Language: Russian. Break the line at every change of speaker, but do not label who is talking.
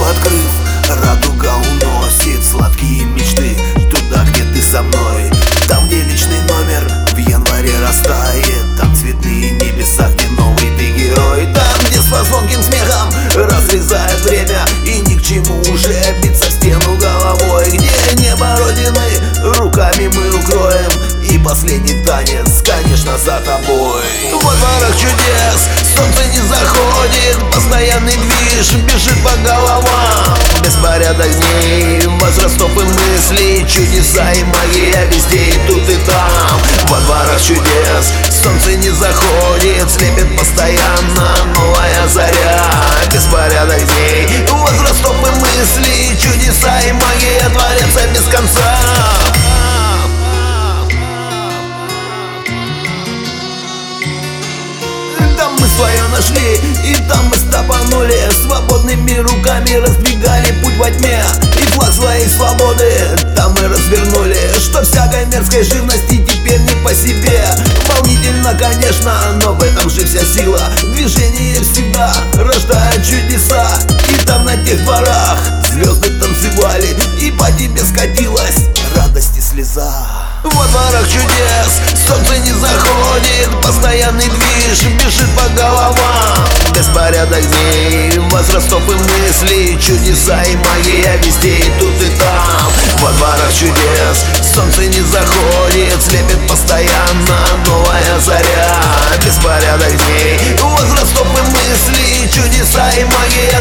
Книгу открыв, радуга уносит сладкие мечты туда, где ты со мной. Там, где личный номер в январе растает, там цветные небеса, где новый ты герой. Там, где с звонким смехом разрезает время, и ни к чему уже биться в стену головой. Где небо родины руками мы укроем, и последний танец, конечно, за тобой. Во дворах чудес солнце не заходит, постоянный движ бежит по головам. Беспорядок дней, возрастов и мыслей, чудеса и магия везде и тут и там. Во дворах чудес солнце не заходит, слепит постоянно новая заря. Беспорядок дней, возрастов и мыслей, чудеса и магия творятся без конца. Там мы свое нашли, и там мы стопанули, свободными руками раздвигали путь во тьме, и флаг своей свободы там мы развернули, что всякой мерзкой живности теперь не по себе. Волнительно, конечно, но в этом же вся сила. Движение всегда рождает чудеса, и там на тех дворах звезды танцевали, и по тебе скатилась радость и слеза. Во дворах чудес солнце не заходит, постоянный движ бежит по головам. Беспорядок дней, возрастов и мыслей, чудеса и магия везде и тут и там. Во дворах чудес солнце не заходит, слепит постоянно новая заря. Беспорядок дней, возрастов и мыслей, чудеса и магия